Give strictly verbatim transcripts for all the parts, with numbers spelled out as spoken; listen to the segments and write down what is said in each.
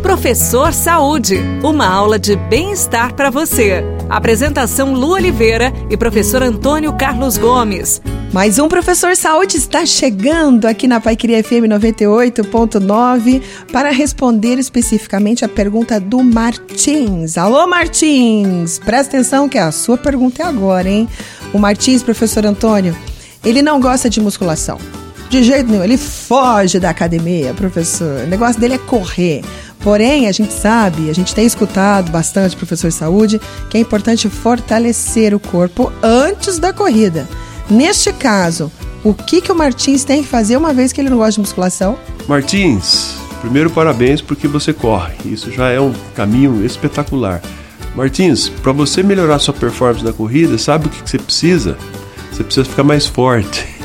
Professor Saúde, uma aula de bem-estar para você. Apresentação Lu Oliveira e professor Antônio Carlos Gomes. Mais um Professor Saúde está chegando aqui na Paiqueria F M noventa e oito ponto nove para responder especificamente a pergunta do Martins. Alô, Martins! Presta atenção que a sua pergunta é agora, hein? O Martins, professor Antônio, ele não gosta de musculação. De jeito nenhum, ele foge da academia, professor. O negócio dele é correr. Porém, a gente sabe, a gente tem escutado bastante, professor Saúde, que é importante fortalecer o corpo antes da corrida. Neste caso, o que, que o Martins tem que fazer uma vez que ele não gosta de musculação? Martins, primeiro parabéns porque você corre. Isso já é um caminho espetacular. Martins, para você melhorar sua performance na corrida, sabe o que, que você precisa? Você precisa ficar mais forte.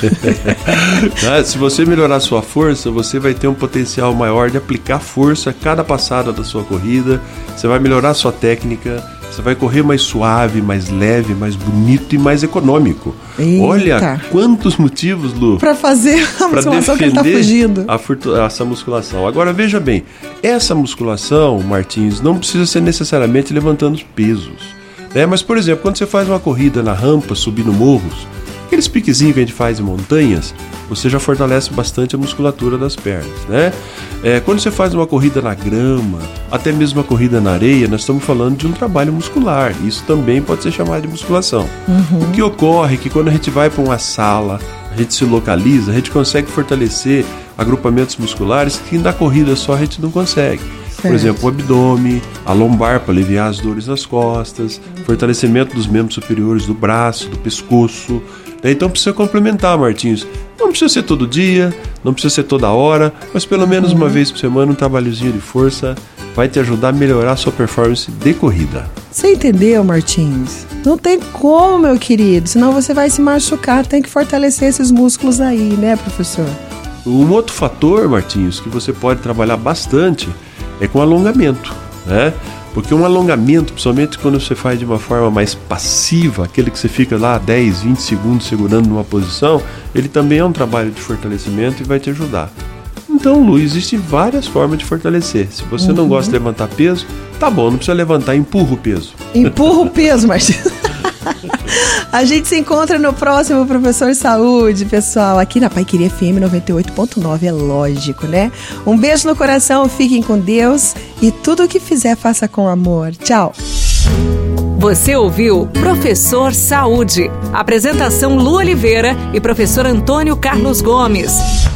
Se você melhorar sua força, você vai ter um potencial maior de aplicar força a cada passada da sua corrida. Você vai melhorar sua técnica. Você vai correr mais suave, mais leve, mais bonito e mais econômico. Eita. Olha quantos motivos, Lu, para fazer a musculação que ele está fugindo. A furtu- essa musculação. Agora veja bem, essa musculação, Martins, não precisa ser necessariamente levantando os pesos. É, mas, por exemplo, quando você faz uma corrida na rampa, subindo morros, aqueles piquezinhos que a gente faz em montanhas, você já fortalece bastante a musculatura das pernas, né? É, quando você faz uma corrida na grama, até mesmo uma corrida na areia, nós estamos falando de um trabalho muscular. Isso também pode ser chamado de musculação. Uhum. O que ocorre é que quando a gente vai para uma sala, a gente se localiza, a gente consegue fortalecer agrupamentos musculares que na corrida só a gente não consegue. Por exemplo, o abdômen, a lombar para aliviar as dores nas costas, fortalecimento dos membros superiores do braço, do pescoço. Então precisa complementar, Martins. Não precisa ser todo dia, não precisa ser toda hora, mas pelo menos uma vez por semana um trabalhozinho de força vai te ajudar a melhorar a sua performance de corrida. Você entendeu, Martins? Não tem como, meu querido, senão você vai se machucar. Tem que fortalecer esses músculos aí, né, professor? Um outro fator, Martins, que você pode trabalhar bastante é com alongamento, né? Porque um alongamento, principalmente quando você faz de uma forma mais passiva, aquele que você fica lá dez, vinte segundos segurando numa posição, ele também é um trabalho de fortalecimento e vai te ajudar. Então, Lu, existem várias formas de fortalecer. Se você uhum. não gosta de levantar peso, tá bom, não precisa levantar, empurra o peso. Empurra o peso, Martins. A gente se encontra no próximo Professor Saúde, pessoal, aqui na Paiqueria F M noventa e oito ponto nove, é lógico, né? Um beijo no coração, fiquem com Deus e tudo o que fizer, faça com amor. Tchau! Você ouviu Professor Saúde. Apresentação Lu Oliveira e professor Antônio Carlos Gomes.